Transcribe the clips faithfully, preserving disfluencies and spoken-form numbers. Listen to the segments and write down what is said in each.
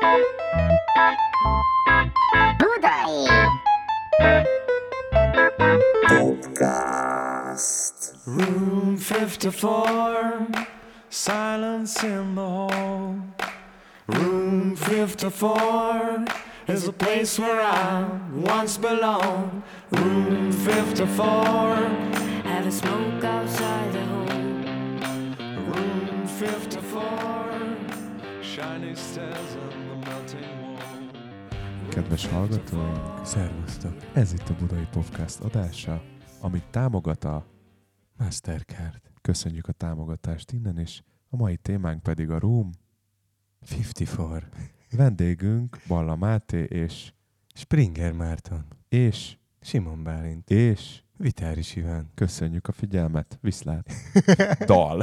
Budai Podcast. Room fifty-four, silence in the hall. Room fifty-four is a place where I once belonged. Room fifty-four, have a smoke outside the home. Room fifty-four, shiny stairs in the melting wall. Kedves hallgatóink, Szervusztok! ez itt a Budai Podcast adása, amit támogat a Mastercard. Köszönjük a támogatást innen is, a mai témánk pedig a Room. ötvennégy. Vendégünk Balla Máté és Springer Márton. és Simon Bálint. és Vitáris Iván. köszönjük a figyelmet. Viszlát. Dal.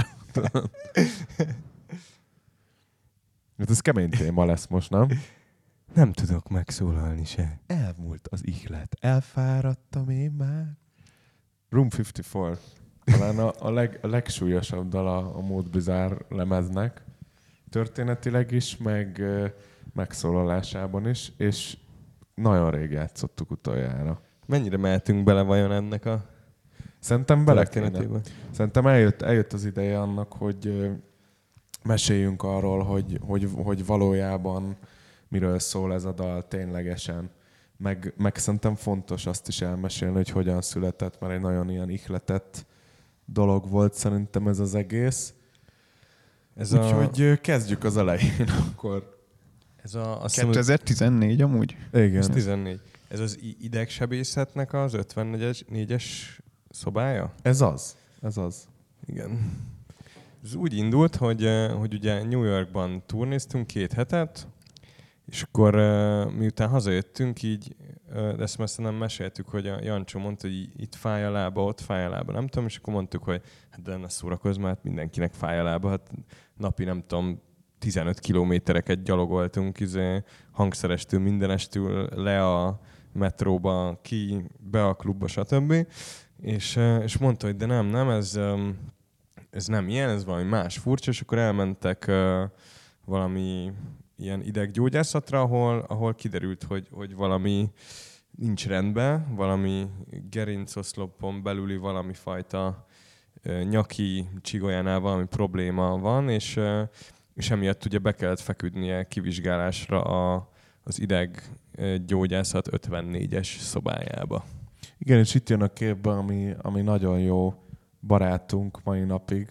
Hát ez kemény téma lesz most, nem? Nem tudok megszólalni se. Elmúlt az ihlet. Elfáradtam én már. Room ötvennégy. Talán a, a, leg, a legsúlyosabb dal a, a Mód Bizár lemeznek. Történetileg is, meg uh, megszólalásában is, és nagyon rég játszottuk utoljára. Mennyire mehetünk bele vajon ennek a Szerintem bele kéne. történetébe? Szerintem eljött, eljött az ideje annak, hogy uh, meséljünk arról, hogy, hogy, hogy valójában miről szól ez a dal ténylegesen. Meg, meg szerintem fontos azt is elmesélni, hogy hogyan született, mert egy nagyon ilyen ihletett dolog volt szerintem ez az egész. Ez Úgyhogy a, ö, kezdjük az elején akkor. ez a, azt hiszem, hogy kétezer-tizennégy amúgy? Igen. ez tizennégy. Ez az i- idegsebészetnek az ötvennégyes szobája? Ez az. Ez az. Igen. Ez úgy indult, hogy, eh, hogy ugye New Yorkban turnéztunk két hetet, és akkor uh, miután hazajöttünk, így, uh, de ezt messze nem meséltük, hogy a Jancsó mondta, hogy itt fáj a lába, ott fáj a lába, nem tudom, és akkor mondtuk, hogy hát de ne szórakozz, mert mindenkinek fáj a lába, hát napi nem tudom, tizenöt kilométereket gyalogoltunk, izé, hangszerestől, mindenestől le a metróba, ki, be a klubba, stb. És, uh, és mondta, hogy de nem, nem, ez, um, ez nem ilyen, ez valami más furcsa, és akkor elmentek uh, valami ilyen ideggyógyászatra, ahol, ahol kiderült, hogy, hogy valami nincs rendben, valami gerincoszlopon belüli valami fajta uh, nyaki csigolyánál valami probléma van, és, uh, és emiatt ugye be kellett feküdnie kivizsgálásra a, az ideggyógyászat ötvennégyes szobájába. Igen, és itt jön a képbe, ami, ami nagyon jó barátunk mai napig,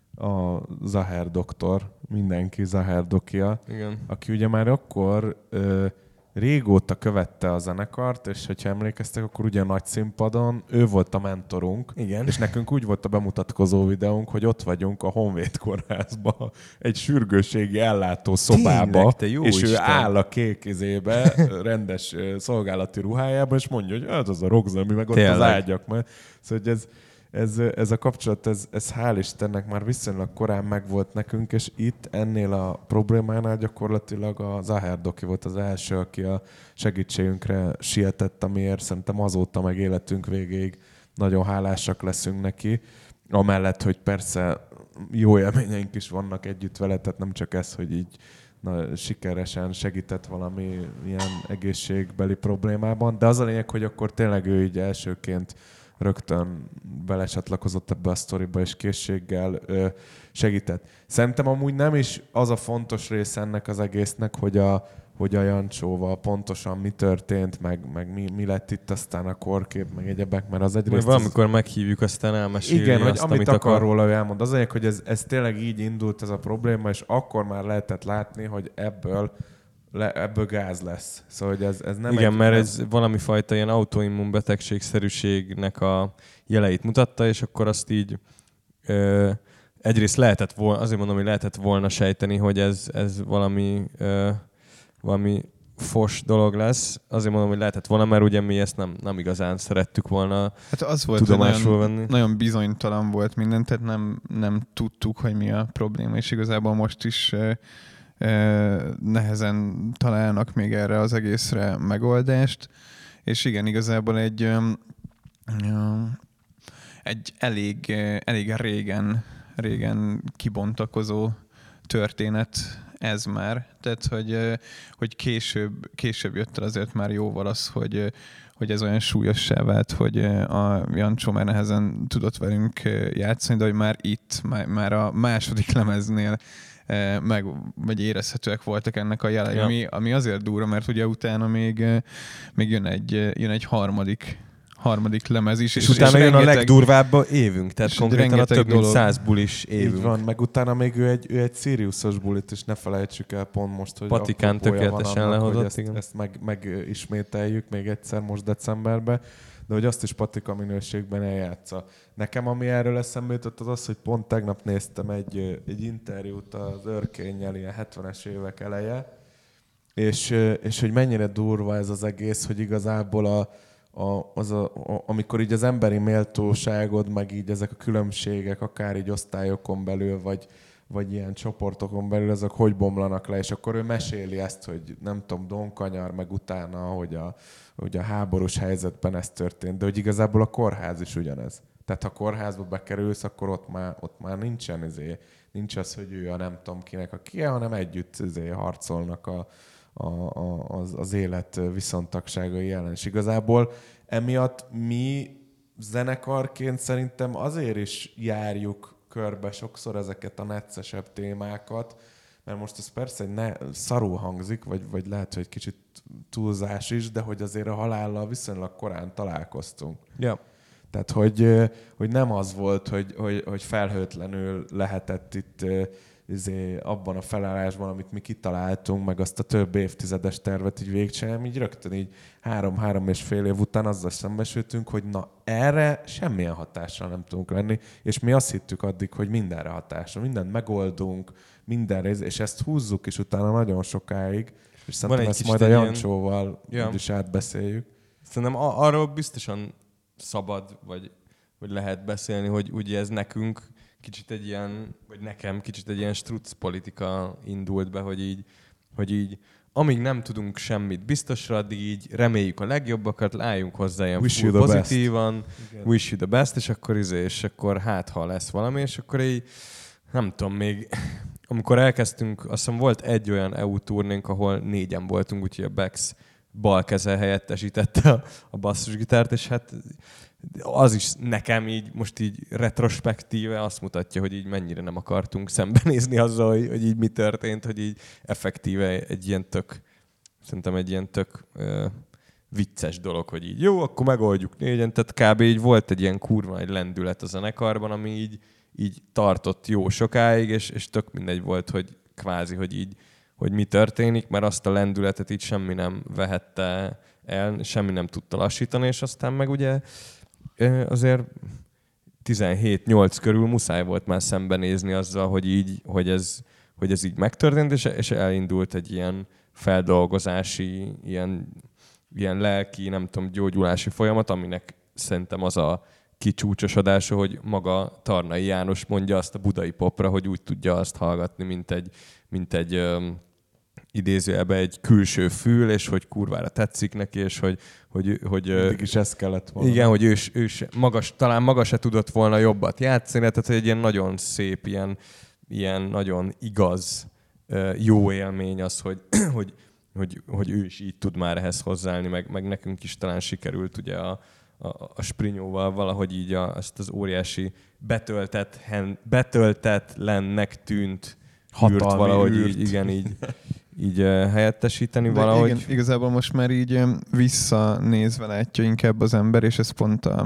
a Zahár doktor, mindenki Zahár dokia, Igen. aki ugye már akkor ö, régóta követte a zenekart, és hogyha emlékeztek, akkor ugye a nagy színpadon ő volt a mentorunk, Igen. és nekünk úgy volt a bemutatkozó videónk, hogy ott vagyunk a Honvéd kórházba, egy sürgősségi ellátó szobába, Tényleg, te jó és ő Isten. áll a kék izébe, rendes ö, szolgálati ruhájában, és mondja, hogy hát az a rockzemi, meg ott Tényleg. az ágyak. Mert, szóval, hogy ez, ez, ez a kapcsolat, ez, ez hál' Istennek már viszonylag korán megvolt nekünk, és itt ennél a problémánál gyakorlatilag a Zahár doki volt az első, aki a segítségünkre sietett, amiért szerintem azóta meg életünk végéig nagyon hálásak leszünk neki. Amellett, hogy persze jó élményeink is vannak együtt vele, tehát nem csak ez, hogy így na, sikeresen segített valami ilyen egészségbeli problémában, de az a lényeg, hogy akkor tényleg ő így elsőként rögtön belecsatlakozott ebbe a sztoriba, és készséggel ö, segített. Szerintem amúgy nem is az a fontos része ennek az egésznek, hogy a, hogy a Jancsóval pontosan mi történt, meg, meg mi, mi lett itt aztán a korkép, meg egyebek, mert az Majd egyrészt... valamikor meghívjuk, aztán elmeséli Igen, azt, hogy amit, amit akar akar. róla, ő elmond. Az egyik, hogy ez, ez tényleg így indult ez a probléma, és akkor már lehetett látni, hogy ebből, le, ebből gáz lesz. Szóval, hogy ez, ez nem Igen, egy, mert nem... ez valami fajta ilyen autoimmun betegségszerűségnek a jeleit mutatta, és akkor azt így ö, egyrészt lehetett volna, azért mondom, hogy lehetett volna sejteni, hogy ez, ez valami, ö, valami fos dolog lesz. Azért mondom, hogy lehetett volna, mert ugye mi ezt nem, nem igazán szerettük volna Hát az volt, hogy tudomásul nagyon, venni. nagyon bizonytalan volt minden, tehát nem, nem tudtuk, hogy mi a probléma, és igazából most is eh, eh, nehezen találnak még erre az egészre megoldást, és igen, igazából egy, um, um, egy elég, elég régen, régen kibontakozó történet ez már. Tehát, hogy, hogy később, később jött el azért már jóval az, hogy, hogy ez olyan súlyossá vált, hogy a Jancsó már nehezen tudott velünk játszani, de hogy már itt, már, már a második lemeznél meg, vagy érezhetőek voltak ennek a jelei, ja. ami, ami azért durva, mert ugye utána még, még jön, egy, jön egy harmadik harmadik lemez is. És, és utána és jön rengeteg, a legdurvább évünk, tehát konkrétan a több mint száz bulis évünk. Így van, meg utána még ő egy, ő egy Siriusos bulit, és ne felejtsük el pont most, hogy Patikán tökéletesen lehozott, ezt, ezt meg, megismételjük még egyszer most decemberben, de hogy azt is Patika minőségben eljátsza. Nekem ami erről eszembe jutott, az az, hogy pont tegnap néztem egy, egy interjút az Örkénnyel, ilyen hetvenes évek eleje, és, és hogy mennyire durva ez az egész, hogy igazából a A, az a, a, amikor így az emberi méltóságod, meg így ezek a különbségek, akár így osztályokon belül, vagy, vagy ilyen csoportokon belül, ezek hogy bomlanak le, és akkor ő meséli ezt, hogy nem tudom, Donkanyar, meg utána, hogy a, hogy a háborús helyzetben ez történt, de hogy igazából a kórház is ugyanez. Tehát ha kórházba bekerülsz, akkor ott már, ott már nincsen izé, nincs az, hogy ő a nem tudom kinek a kie, hanem együtt izé harcolnak a A, a, az, az élet viszontagságai ellen. És igazából emiatt mi zenekarként szerintem azért is járjuk körbe sokszor ezeket a neccesebb témákat, mert most ez persze ne, szarul hangzik, vagy, vagy lehet, hogy kicsit túlzás is, de hogy azért a halállal viszonylag korán találkoztunk. Ja. Tehát, hogy, hogy nem az volt, hogy, hogy, hogy felhőtlenül lehetett itt izé, abban a felállásban, amit mi kitaláltunk, meg azt a több évtizedes tervet így végigcsinálni, így rögtön így három-három és fél év után azzal szembesültünk, hogy na erre semmilyen hatással nem tudunk lenni, és mi azt hittük addig, hogy mindenre hatással, mindent megoldunk, mindenre, és ezt húzzuk is utána nagyon sokáig, és szerintem ezt majd a Jancsóval ilyen... is átbeszéljük. Szerintem arról biztosan szabad, vagy, vagy lehet beszélni, hogy ugye ez nekünk kicsit egy ilyen, vagy nekem kicsit egy ilyen struc politika indult be, hogy így, hogy így amíg nem tudunk semmit biztosra, addig így reméljük a legjobbakat, álljunk hozzá ilyen wish full pozitívan, wish you the best, és akkor izé, és akkor hát, ha lesz valami, és akkor így, nem tudom, még amikor elkezdtünk, azt hiszem volt egy olyan é u turnénk, ahol négyen voltunk, úgyhogy a Bex bal keze helyettesítette a, a basszusgitárt, és hát az is nekem így, most így retrospektíve azt mutatja, hogy így mennyire nem akartunk szembenézni azzal, hogy, hogy így mi történt, hogy így effektíve egy ilyen tök, szerintem egy ilyen tök uh, vicces dolog, hogy így jó, akkor megoldjuk négyen, tehát kb. Így volt egy ilyen kurva egy lendület a zenekarban, ami így, így tartott jó sokáig, és, és tök mindegy volt, hogy kvázi, hogy így, hogy mi történik, mert azt a lendületet így semmi nem vehette el, semmi nem tudta lassítani, és aztán meg ugye azért tizenhét nyolc körül muszáj volt már szembenézni azzal, hogy így, hogy ez, hogy ez így megtörtént, és, és elindult egy ilyen feldolgozási, ilyen, ilyen lelki, nem tudom, gyógyulási folyamat, aminek szerintem az a kicsúcsosodása, hogy maga Tarnai János mondja azt a budai popra, hogy úgy tudja azt hallgatni, mint egy, mint egy um, idézőjelben egy külső fül, és hogy kurvára tetszik neki, és hogy... hogy, hogy mindig is ez kellett volna. Igen, hogy ő, ő magas, talán maga se tudott volna jobbat játszani, tehát egy ilyen nagyon szép, ilyen, ilyen nagyon igaz, jó élmény az, hogy, hogy, hogy, hogy ő is így tud már ehhez hozzáállni, meg, meg nekünk is talán sikerült ugye a, a, a Sprinyóval valahogy így a, ezt az óriási betöltet, betöltetlennek tűnt hűrt valahogy űrt. Így, igen, így, így uh, helyettesíteni de valahogy. Igen, igazából most már így visszanézve látja inkább az ember, és ez pont a,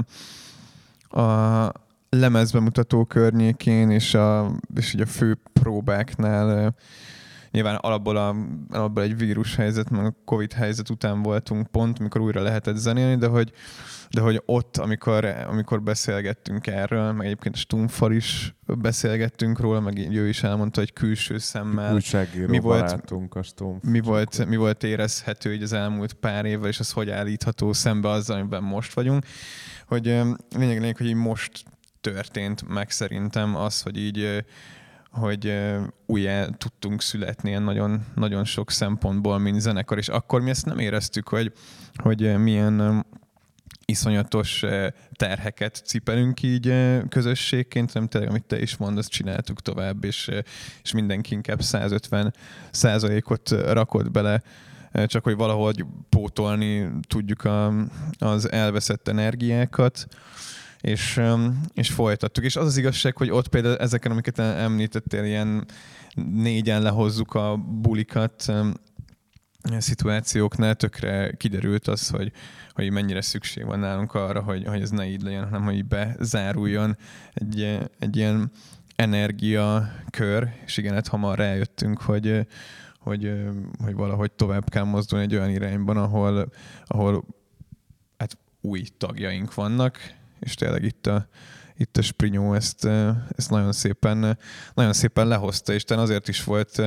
a lemezbemutató környékén és, a, és így a fő próbáknál nyilván alapból, a, alapból egy vírushelyzet, meg a Covid helyzet után voltunk pont, amikor újra lehetett zenélni, de hogy, de hogy ott, amikor, amikor beszélgettünk erről, meg egyébként a Stumfal is beszélgettünk róla, meg ő is elmondta, hogy külső szemmel újságíró mi volt, barátunk a Stumf. Mi volt, mi volt érezhető így az elmúlt pár évvel, és az hogy állítható szembe azzal, amiben most vagyunk. Hogy lényeg, lényeg, hogy így most történt meg szerintem az, hogy így hogy újjá tudtunk születni ilyen nagyon, nagyon sok szempontból, mint zenekar, és akkor mi ezt nem éreztük, hogy, hogy milyen, iszonyatos terheket cipelünk így közösségként, nem tényleg, amit te is mondasz, csináltuk tovább, és, és mindenki inkább százötven százalékot rakott bele, csak hogy valahogy pótolni tudjuk a, az elveszett energiákat, és, és folytattuk. És az az igazság, hogy ott például ezeken, amiket említettél, ilyen négyen lehozzuk a bulikat, szituációknál tökre kiderült az, hogy, hogy mennyire szükség van nálunk arra, hogy, hogy ez ne így legyen, hanem hogy bezáruljon egy, egy ilyen energiakör, és igen, hát hamar rájöttünk, hogy, hogy, hogy valahogy tovább kell mozdulni egy olyan irányban, ahol, ahol hát új tagjaink vannak, és tényleg itt a, itt a Sprinyó ezt, ezt nagyon szépen, nagyon szépen lehozta, és talán azért is volt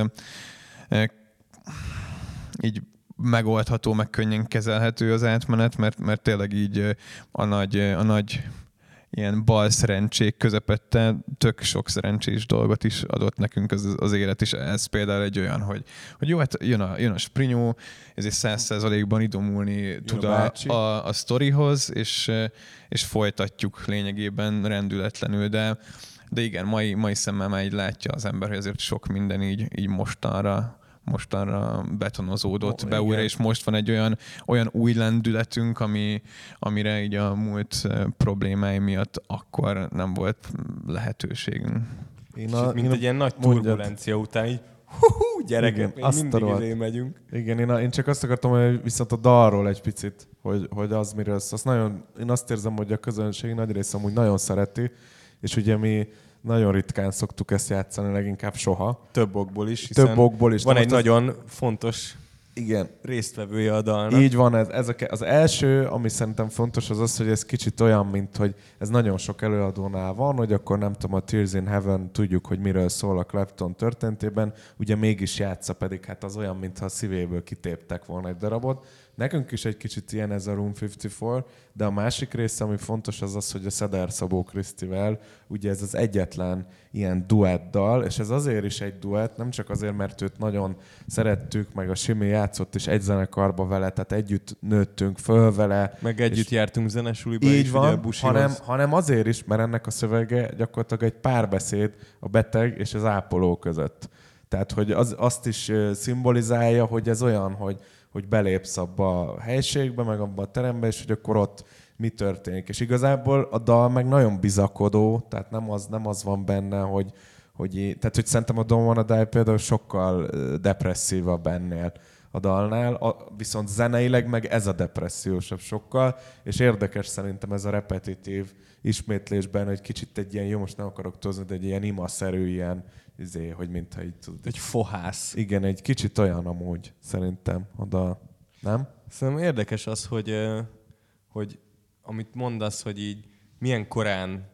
így megoldható, meg könnyen kezelhető az átmenet, mert, mert tényleg így a nagy, a nagy ilyen bal szerencsék közepette tök sok szerencsés dolgot is adott nekünk az, az élet, és ez például egy olyan, hogy, hogy jó, hát jön a, jön a Sprinyó, ezért száz százalékban idomulni tud a, a, a sztorihoz, és, és folytatjuk lényegében rendületlenül, de, de igen, mai, mai szemmel már így látja az ember, hogy azért sok minden így, így mostanra mostanra betonozódott oh, be újra, és most van egy olyan, olyan új lendületünk, ami, amire így a múlt problémái miatt akkor nem volt lehetőségünk. Én a, mint én egy ilyen nagy turbulencia után így hú, gyerekek, még mindig izé megyünk. Igen, én, a, én csak azt akartam, hogy viszont a dalról egy picit, hogy, hogy az miről azt nagyon, én azt érzem, hogy a közönség nagy része amúgy nagyon szereti, és ugye mi nagyon ritkán szoktuk ezt játszani, leginkább soha. Több okból is, hiszen Több okból is. Van egy az... nagyon fontos igen. résztvevője a dalnak. Így van, ez, ez a, az első, ami szerintem fontos, az az, hogy ez kicsit olyan, mint hogy ez nagyon sok előadónál van, hogy akkor nem tudom, a Tears in Heaven tudjuk, hogy miről szól a Clapton történetében, ugye mégis játsza, pedig hát az olyan, mintha a szívéből kitéptek volna egy darabot. Nekünk is egy kicsit ilyen ez a Room ötvennégy, de a másik része, ami fontos, az az, hogy a Szeder Szabó Krisztivel, ugye ez az egyetlen ilyen duettdal, és ez azért is egy duett, nem csak azért, mert őt nagyon szerettük, meg a Simi játszott is egy zenekarba vele, tehát együtt nőttünk föl vele. Meg együtt jártunk zenesuliba így is, van, ugye a hanem, hanem azért is, mert ennek a szövege gyakorlatilag egy párbeszéd a beteg és az ápoló között. Tehát, hogy az, azt is szimbolizálja, hogy ez olyan, hogy hogy belépsz abba a helységbe, meg abba a terembe, és hogy akkor ott mi történik. És igazából a dal meg nagyon bizakodó, tehát nem az, nem az van benne, hogy, hogy, tehát, hogy szerintem a Don't Wanna Die például sokkal depresszívabb ennél a dalnál, a, viszont zeneileg meg ez a depressziósabb sokkal, és érdekes szerintem ez a repetitív ismétlésben, hogy kicsit egy ilyen, jó, most nem akarok tozni, de egy ilyen imaszerű ilyen, izé, hogy mintha így tudod. Egy fohász. Igen, egy kicsit olyan amúgy, szerintem, oda, nem? Szerintem érdekes az, hogy, hogy amit mondasz, hogy így milyen korán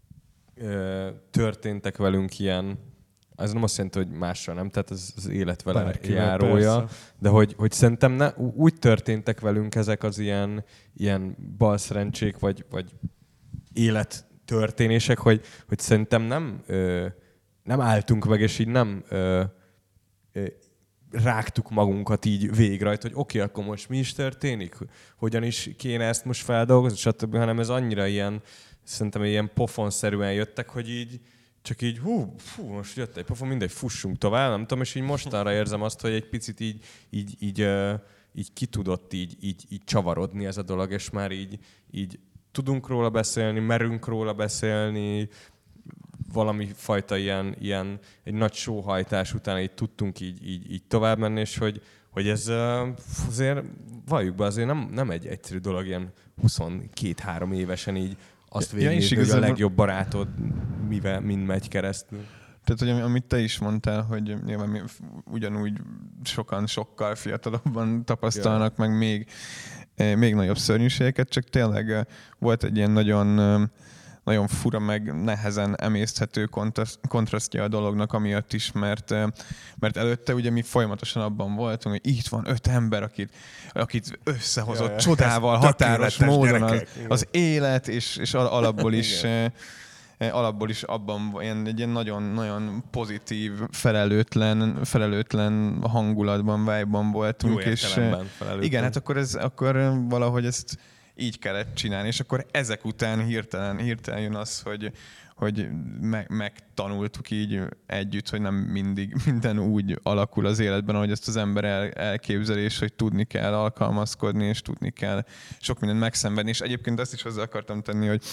ö, történtek velünk ilyen, ez nem azt jelenti, hogy mással nem, tehát ez az élet vele Bárkivel, járója, persze. de hogy, hogy szerintem ne, úgy történtek velünk ezek az ilyen, ilyen balszerencsék, vagy, vagy élettörténések, hogy, hogy szerintem nem, ö, nem álltunk meg, és így nem ö, ö, rágtuk magunkat így végig rajta, hogy oké, okay, akkor most mi is történik? Hogyan is kéne ezt most feldolgozni, stb., hanem ez annyira ilyen, szerintem ilyen pofonszerűen jöttek, hogy így csak így, hú, hú, most jött egy pofon, mindegy, fussunk tovább, nem tudom, és így mostanra érzem azt, hogy egy picit így, így, így, uh, így ki tudott így, így, így csavarodni ez a dolog, és már így, így tudunk róla beszélni, merünk róla beszélni, valami fajta ilyen, ilyen egy nagy sóhajtás után így tudtunk így, így, így tovább menni, és hogy, hogy ez uh, azért, valljuk be, azért nem, nem egy egyszerű dolog ilyen huszonkettő-három évesen így azt végignézni, ja, hogy a legjobb barátod mivel, mind megy keresztül. Tehát, hogy amit te is mondtál, hogy nyilván ugyanúgy sokan sokkal fiatalabban tapasztalnak, ja. meg még, még nagyobb szörnyűségeket, csak tényleg volt egy ilyen nagyon, nagyon fura, meg nehezen emészthető kontrasztja a dolognak, amiatt is, mert, mert előtte ugye mi folyamatosan abban voltunk, hogy itt van öt ember, akit, akit összehozott ja, csodával, határos módon az, az élet, és, és alapból is alapból is abban ilyen, egy ilyen nagyon, nagyon pozitív, felelőtlen, felelőtlen hangulatban, vibe-ban voltunk. Jó és felelőtlen. igen, hát akkor, ez, akkor valahogy ezt így kellett csinálni, és akkor ezek után hirtelen, hirtelen jön az, hogy, hogy meg, megtanultuk így együtt, hogy nem mindig minden úgy alakul az életben, ahogy ezt az ember el, elképzelés, hogy tudni kell alkalmazkodni, és tudni kell sok mindent megszenvedni. És egyébként azt is hozzá akartam tenni, hogy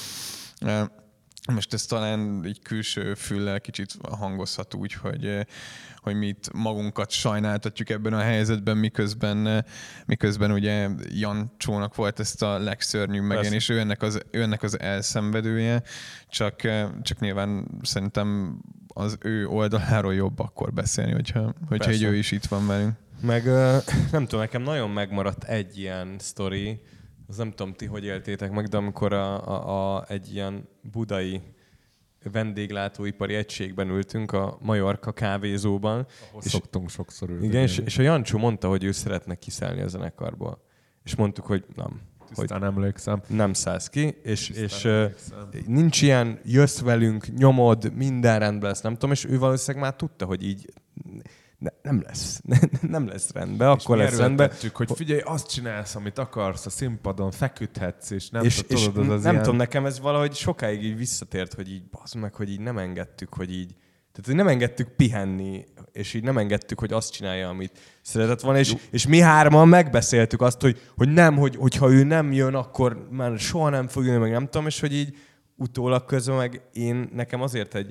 most ez talán így külső füllel kicsit hangozhat úgy, hogy, hogy mi itt magunkat sajnáltatjuk ebben a helyzetben, miközben, miközben ugye Jancsónak volt ezt a legszörnyűbb megen, és ő ennek, az, ő ennek az elszenvedője, csak, csak nyilván szerintem az ő oldaláról jobb akkor beszélni, hogyha, hogyha így ő is itt van velünk. Meg nem tudom, nekem nagyon megmaradt egy ilyen sztori, az nem tudom, ti hogy éltétek meg, de amikor a, a, a, egy ilyen budai vendéglátóipari egységben ültünk a Majorka kávézóban. Ahol és szoktunk sokszor ülni. Igen, és, és a Jancsó mondta, hogy ő szeretne kiszállni a zenekarból. És mondtuk, hogy nem. Tisztán emlékszem. Nem szállsz ki, és, és uh, nincs ilyen, jössz velünk, nyomod, minden rendben lesz, nem tudom, és ő valószínűleg már tudta, hogy így ne, nem lesz. nem lesz rendben, és akkor lesz rendben. hogy figyelj, azt csinálsz, amit akarsz a színpadon, feküdhetsz, és nem és, tudod, és az nem ilyen... tudom, nekem ez valahogy sokáig így visszatért, hogy így bazd meg, hogy így nem engedtük, hogy így tehát, hogy nem engedtük pihenni, és így nem engedtük, hogy azt csinálja, amit szeretett volna, és, és mi hárman megbeszéltük azt, hogy, hogy nem, hogy, hogyha ő nem jön, akkor már soha nem fog jönni, meg nem tudom, és hogy így utólag közben meg én, nekem azért egy,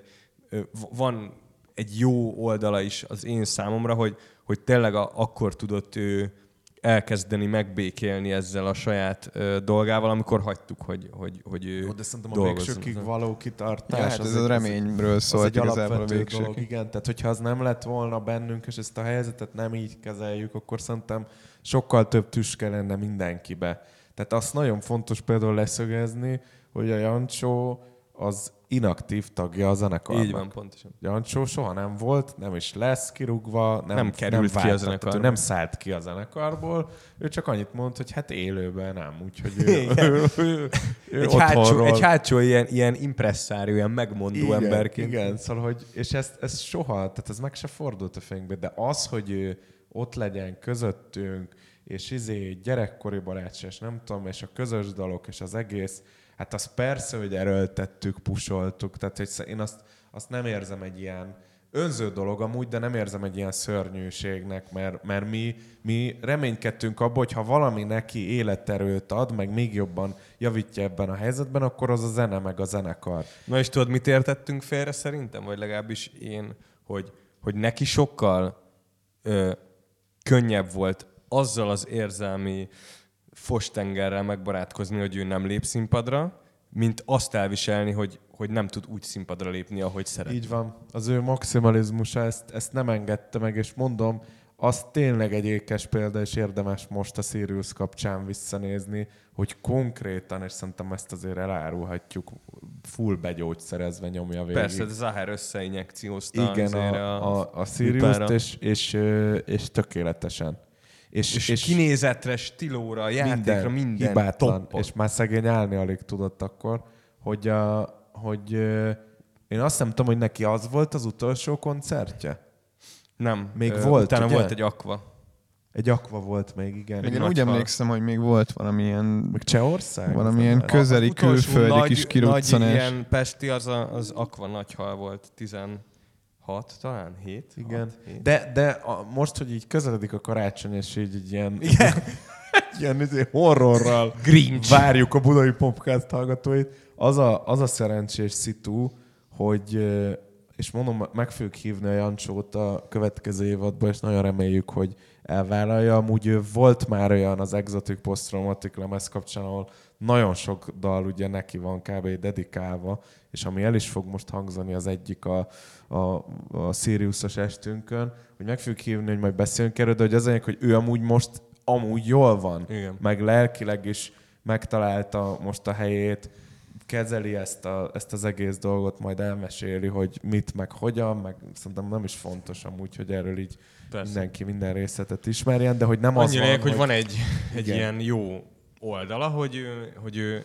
van egy jó oldala is az én számomra, hogy, hogy tényleg a, akkor tudott ő elkezdeni megbékélni ezzel a saját ö, dolgával, amikor hagytuk, hogy, hogy, hogy ő Jó, de szerintem a dolgozzon. végsőkig való kitartás. Ja, hát ez egy, a reményről szólt igazából a végsőkig. Dolog, igen, tehát hogyha az nem lett volna bennünk, és ezt a helyzetet nem így kezeljük, akkor szerintem sokkal több tüske lenne mindenkibe. Tehát azt nagyon fontos például leszögezni, hogy a Jancsó az inaktív tagja a zenekarnak. Így van, pontosan. Jancsó soha nem volt, nem is lesz kirúgva, nem, nem került nem ki a zenekarból. Nem szállt ki a zenekarból, ő csak annyit mond, hogy hát élőben nem, úgyhogy ő, ő, ő, ő egy, hátsó, egy hátsó ilyen, ilyen impresszárió, ilyen megmondó igen, emberként. Igen, szóval, hogy, és ez, ez soha, tehát ez meg se fordult a fejünkbe, de az, hogy ő ott legyen közöttünk, és izé gyerekkori barátság, és nem tudom, és a közös dalok, és az egész, hát azt persze, hogy erőltettük, pusoltuk, tehát hogy én azt, azt nem érzem egy ilyen önző dolog amúgy, de nem érzem egy ilyen szörnyűségnek, mert, mert mi, mi reménykedtünk abban, hogy ha valami neki életerőt ad, meg még jobban javítja ebben a helyzetben, akkor az a zene, meg a zenekar. Na és tudod, mit értettünk félre szerintem? Vagy legalábbis én, hogy, hogy neki sokkal ö, könnyebb volt azzal az érzelmi fostengerrel megbarátkozni, hogy ő nem lép színpadra, mint azt elviselni, hogy, hogy nem tud úgy színpadra lépni, ahogy szeret. Így van. Az ő maximalizmusa ezt, ezt nem engedte meg, és mondom, az tényleg egy ékes példa, és érdemes most a Sirius kapcsán visszanézni, hogy konkrétan, és szerintem ezt azért elárulhatjuk, full begyógyszerezve nyomja végig. Persze, de Zahár összeinjekciózta igen, a, a, a Siriust, és, és, és tökéletesen. És, és, és kinézetre, stílóra, játékra, minden hibátlan, toppon. És már szegény állni alig tudott akkor, hogy, a, hogy én azt nem tudom, hogy neki az volt az utolsó koncertje? Nem. Még ö, volt, utána ugye? volt egy Aqua. Egy Aqua volt még, igen. Még én úgy hal. emlékszem, hogy még volt valamilyen... Még Csehország? Valamilyen közeli, külföldi nagy, kis kiruccanás. Nagy ilyen pesti, az, a, az Aqua Nagyhal volt, tizenhat talán? hét? Igen. hat, hét. De, de a, most, hogy így közeledik a karácsony, és így egy ilyen, igen. ilyen izé horrorral Grinch. várjuk a Budai Podcast hallgatóit, az a, az a szerencsés szitu, hogy, és mondom, meg fogjuk hívni a Jancsót a következő évadban, és nagyon reméljük, hogy elvállalja. Amúgy ő volt már olyan az Exotic Post-Traumatic lemez kapcsán, ahol nagyon sok dal ugye neki van kb. Dedikálva, és ami el is fog most hangzani az egyik a, a, a Siriusos estünkön, hogy meg fogjuk hívni, hogy majd beszélünk erről, de hogy az egyik, hogy ő amúgy most amúgy jól van, igen. Meg lelkileg is megtalálta most a helyét, kezeli ezt, a, ezt az egész dolgot, majd elmeséli, hogy mit, meg hogyan, meg szerintem nem is fontos amúgy, hogy erről így persze. Mindenki minden részletet ismerjen, de hogy nem annyi az lényeg, van, hogy van egy, egy igen. ilyen jó oldala, hogy ő, hogy ő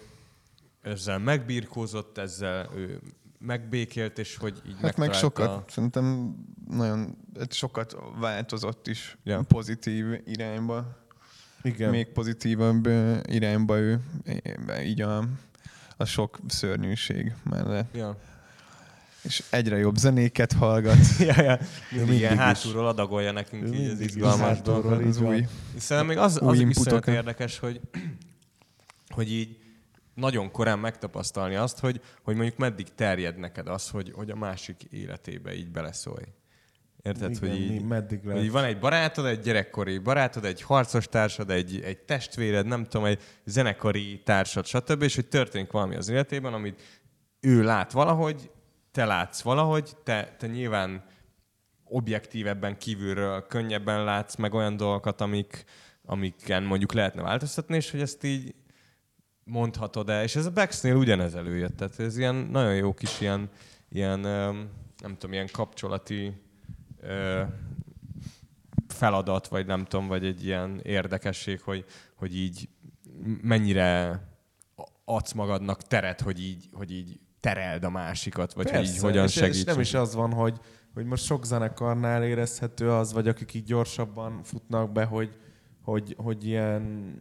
ezzel megbirkózott, ezzel ő megbékélt, és hogy így hát meg sokat, a... szerintem nagyon sokat változott is ja. pozitív irányba. Igen. még pozitívabb ö, irányba ő, így a, a sok szörnyűség mellett. Ja. És egyre jobb zenéket hallgat. ja, ja. mindig Ilyen is. hátulról adagolja nekünk így az Mindig is izgalmas hátulról, dolgokat. Az így van. új. Szerintem még az, Új az inputok. iszonyat érdekes, hogy, hogy így nagyon korán megtapasztalni azt, hogy, hogy mondjuk meddig terjed neked az, hogy, hogy a másik életébe így beleszólj. Érted, Igen, hogy, mi- így, meddig hogy lehet. így van egy barátod, egy gyerekkori barátod, egy harcos társad, egy, egy testvéred, nem tudom, egy zenekari társad, stb. És hogy történik valami az életében, amit ő lát valahogy, te látsz valahogy, te, te nyilván objektívebben kívülről könnyebben látsz meg olyan dolgokat, amik, amiken mondjuk lehetne változtatni, és hogy ezt így mondhatod el. És ez a Bex-nél ugyanez előjött. Tehát ez ilyen nagyon jó kis ilyen, ilyen öm, nem tudom, ilyen kapcsolati ö, feladat, vagy nem tudom, vagy egy ilyen érdekesség, hogy, hogy így mennyire adsz magadnak teret, hogy így, hogy így tereld a másikat, vagy hogy így hogyan és, és segíts. nem is az van, hogy, hogy most sok zenekarnál érezhető az, vagy akik így gyorsabban futnak be, hogy, hogy, hogy ilyen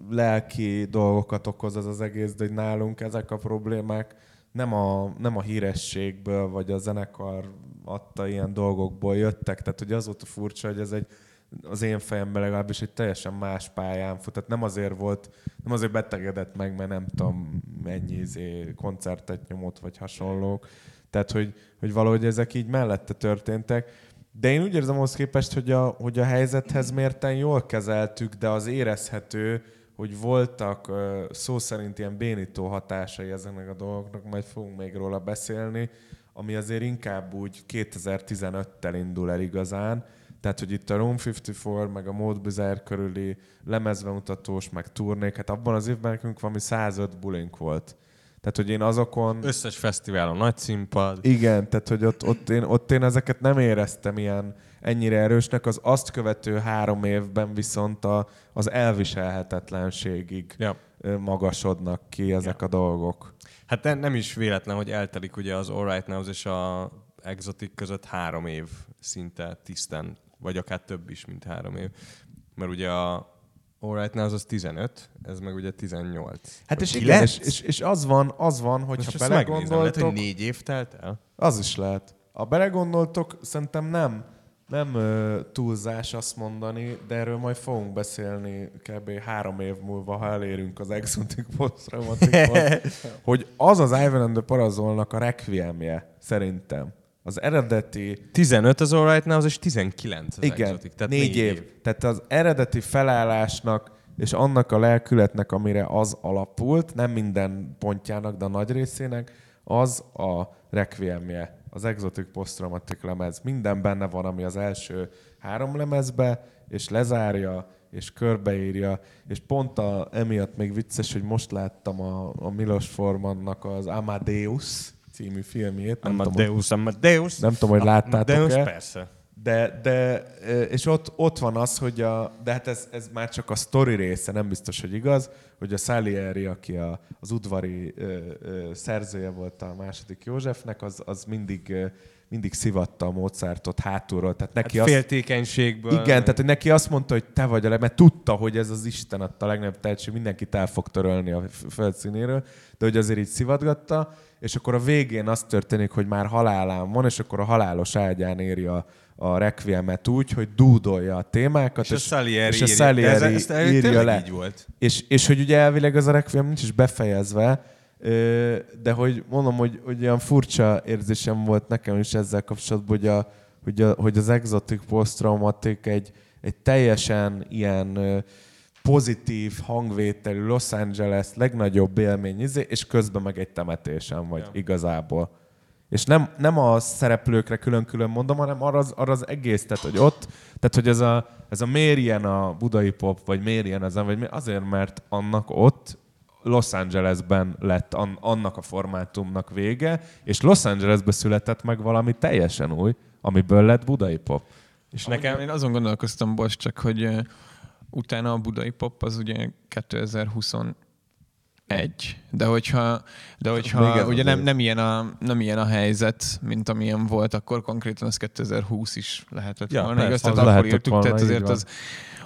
lelki dolgokat okoz az az egész, de hogy nálunk ezek a problémák nem a, nem a hírességből, vagy a zenekar adta ilyen dolgokból jöttek. Tehát ugye az volt a furcsa, hogy ez egy, az én fejemben legalábbis egy teljesen más pályán fut. Tehát nem azért volt, nem azért betegedett meg, mert nem tudom mennyi izé, koncertet nyomott, vagy hasonlók. Tehát, hogy, hogy valahogy ezek így mellette történtek. De én úgy érzem ahhoz képest, hogy a, hogy a helyzethez mérten jól kezeltük, de az érezhető, hogy voltak szó szerint ilyen bénító hatásai ezeknek a dolgoknak, majd fogunk még róla beszélni, ami azért inkább úgy kétezer-tizenöttel indul el igazán. Tehát, hogy itt a Room ötvennégy, meg a Mode Bizarre körüli lemezbemutatós, meg turnék, hát abban az évben nekünk valami százöt bulink volt. Tehát, hogy én azokon... Összes fesztiválon nagy színpad. Igen, tehát, hogy ott, ott, én, ott én ezeket nem éreztem ilyen ennyire erősnek, az azt követő három évben viszont a, az elviselhetetlenségig Ja. magasodnak ki ezek ja. a dolgok. Hát ne, nem is véletlen, hogy eltelik ugye az All Right Now és a Exotic között három év szinte tisztán, vagy akár több is, mint három év. Mert ugye a All Right Now az tizenöt, ez meg ugye tizennyolc. Hát és kilenc? igen, és, és, és az van, az van, hogyha Most megnézem, lehet, belegondoltok... hogy négy év telt el? Az is lehet. Ha belegondoltok, szerintem nem, nem ö, túlzás azt mondani, de erről majd fogunk beszélni kb. három év múlva, ha elérünk az Exotic Post-Traumatichoz, hogy az az Ivan and the Parazolnak a requiemje, szerintem. Az eredeti... tizenöt az All Right Now, és tizenkilenc az Igen, Exotic. Tehát négy, négy év. év. Tehát az eredeti felállásnak és annak a lelkületnek, amire az alapult, nem minden pontjának, de a nagy részének, az a requiemje, az Exotic Post-Traumatic lemez. Minden benne van, ami az első három lemezbe, és lezárja, és körbeírja, és pont a, emiatt még vicces, hogy most láttam a, a Milos Formannak az Amadeus című filmjét. Nem Amadeus, tudom, Amadeus. nem tudom, hogy láttátok-e. Amadeus, persze. De, de, és ott, ott van az, hogy a, de hát ez, ez már csak a sztori része, nem biztos, hogy igaz, hogy a Salieri, aki a, az udvari ö, ö, szerzője volt a második Józsefnek, az, az mindig, ö, mindig szivatta a Mozartot hátulról. Tehát neki Hát azt, féltékenységből. igen, tehát hogy neki azt mondta, hogy te vagy a leg, mert tudta, hogy ez az Isten adta a legnagyobb tehetség, mindenkit el fog törölni a földszínéről, de hogy azért így szivatgatta, és akkor a végén az történik, hogy már halálán van, és akkor a halálos ágyán éri a, a requiemet úgy, hogy dúdolja a témákat, és, és a Salieri, és a Salieri ez, ez írja le. Így volt. És, és hogy ugye elvileg ez a requiem nincs is befejezve, de hogy mondom, hogy, hogy olyan furcsa érzésem volt nekem is ezzel kapcsolatban, hogy, a, hogy, a, hogy az Exotic Post-Traumatic egy, egy teljesen ilyen pozitív hangvételű Los Angeles legnagyobb élmény, és közben meg egy temetésen vagy ja. igazából. És nem, nem a szereplőkre külön-külön mondom, hanem arra az, arra az egész, tehát hogy ott, tehát hogy ez a, ez a miért ilyen a budai pop, vagy miért ilyen az, vagy azért, mert annak ott Los Angelesben lett an, annak a formátumnak vége, és Los Angelesben született meg valami teljesen új, amiből lett budai pop. És nekem én azon gondolkoztam, bocs, csak hogy uh, utána a budai pop az ugye kétezer-huszonegy. De hogyha, de hogyha ugye nem, nem, ilyen a, nem ilyen a helyzet, mint amilyen volt, akkor konkrétan az kétezer-húsz is lehetett ja, volna. Igaz, tehát az akkor írtuk, tehát azért volna, az,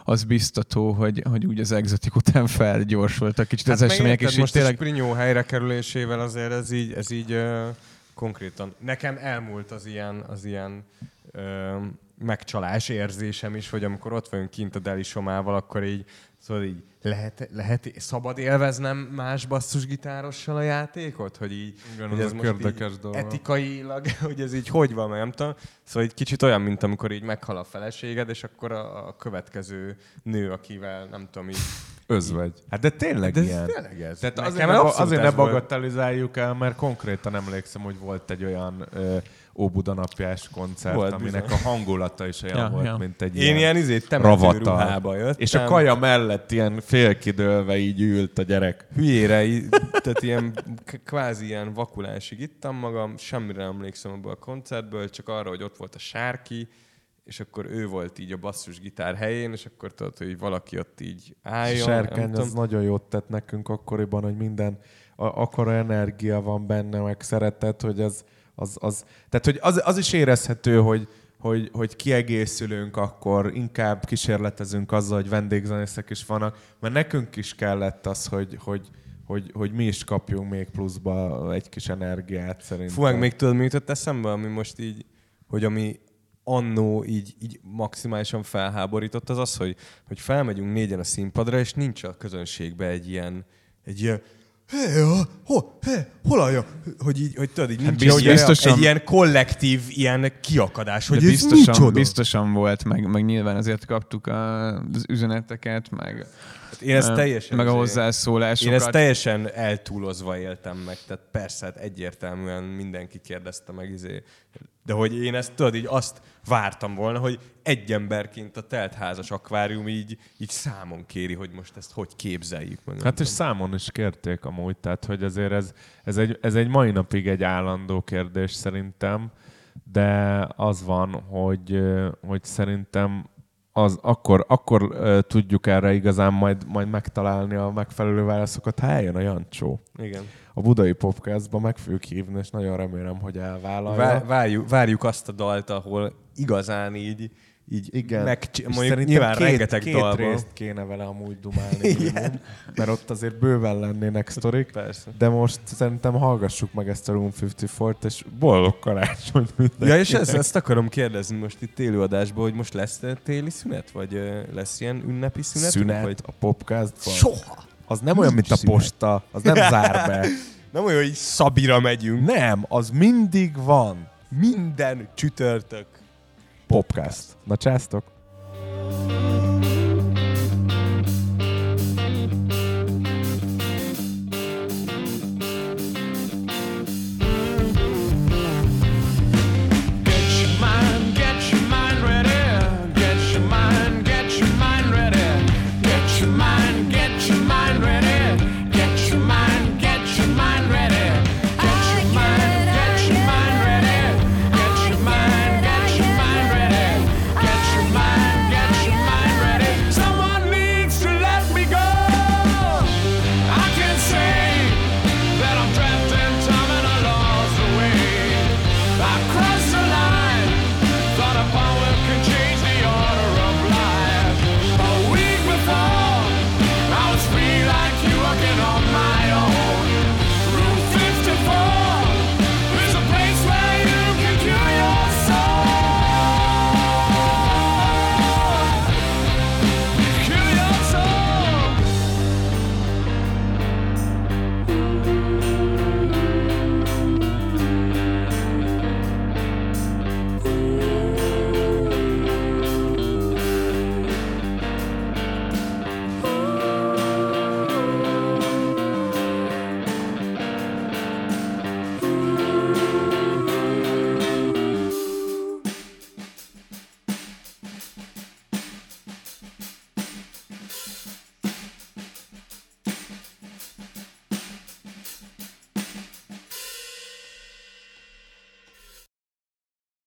az biztató, hogy, hogy úgy az Exotic után felgyorsultak kicsit Hát az események, és így most tényleg... a Sprinyó helyre kerülésével azért ez így, ez így uh, konkrétan. Nekem elmúlt az ilyen, az ilyen uh, megcsalás érzésem is, hogy amikor ott vagyunk kint a Deli Somával, akkor így, szóval így lehet, lehet, szabad élveznem más basszusgitárossal a játékot? Hogy így, Igen, hogy ez ez a most érdekes így dolog. etikailag, hogy ez így hogy van, meg nem tudom. Szóval egy kicsit olyan, mint amikor így meghal a feleséged, és akkor a, a következő nő, akivel nem tudom, így... Özvegy. Hát de tényleg De ez ilyen. tényleg ez. Tehát Nekem azért, ne, abszolút azért ne ez volt. bagatelizáljuk el, mert konkrétan emlékszem, hogy volt egy olyan ö, Óbuda napjás koncert, Volt aminek bizony. a hangulata is olyan Ja, volt, ja. mint egy Én ilyen, ilyen izét ravatal. temetőruhába jöttem. És a kaja mellett ilyen félkidőlve így ült a gyerek. Hülyére, í- tehát ilyen k- kvázi ilyen vakulásig ittam magam, semmire nem emlékszem abból a koncertből, csak arra, hogy ott volt a Sárki, és akkor ő volt így a basszusgitár helyén, és akkor tudod, hogy valaki ott így álljon. A nem Sárkány tudom. az nagyon jót tett nekünk akkoriban, hogy minden, a, akkora energia van benne, meg szeretet, hogy az, az, az tehát hogy az, az is érezhető, hogy, hogy, hogy kiegészülünk, akkor inkább kísérletezünk azzal, hogy vendégzenészek is vannak, mert nekünk is kellett az, hogy, hogy, hogy, hogy mi is kapjunk még pluszba egy kis energiát szerintem. Fú, meg még tudod, mi jutott eszembe, ami most így, hogy ami annó így, így maximálisan felháborított, az az, hogy, hogy felmegyünk négyen a színpadra, és nincs a közönségben egy ilyen, egy ilyen hé, hol, hé, hol a, hogy így, hogy tudod, így nincs biztos- egy, biztosan- egy ilyen kollektív ilyen kiakadás, hogy De ez biztosan, micsoda? biztosan volt, meg, meg nyilván azért kaptuk a, az üzeneteket, meg, Hát én ezt ö, teljesen meg a azért- hozzászólásokat. Én ezt teljesen eltúlozva éltem meg, tehát persze, hát egyértelműen mindenki kérdezte meg, izé. De hogy én ezt tudod, így azt vártam volna, hogy egy emberként a teltházas akvárium így, így számon kéri, hogy most ezt hogy képzeljük meg. Hát és számon is kérték amúgy, tehát hogy azért ez, ez, egy, ez egy mai napig egy állandó kérdés szerintem, de az van, hogy, hogy szerintem az, akkor, akkor uh, tudjuk erre igazán majd, majd megtalálni a megfelelő válaszokat, ha eljön a Jancsó. Igen. A Budai Popcastba meg fogjuk hívni, és nagyon remélem, hogy elvállalja. Vár, várjuk, várjuk azt a dalt, ahol igazán így, így Igen. meg, És mondjuk szerintem nyilván két, rengeteg két dalban. részt kéne vele amúgy dumálni, minimum, mert ott azért bőven lennének sztorik. Persze. De most szerintem hallgassuk meg ezt a Room ötvennégyt, és boldog karácsonyt mindenkinek. Ja, és ezt, ezt akarom kérdezni most itt élőadásban, hogy most lesz téli szünet? Vagy ö, lesz ilyen ünnepi szünet? Szünet Vagy... a Popcastban. Soha! Az nem olyan, mint a szünet. posta, az nem zár be. Nem olyan, hogy Szabira megyünk. Nem, az mindig van. Minden csütörtök. Popcast. Na császtok!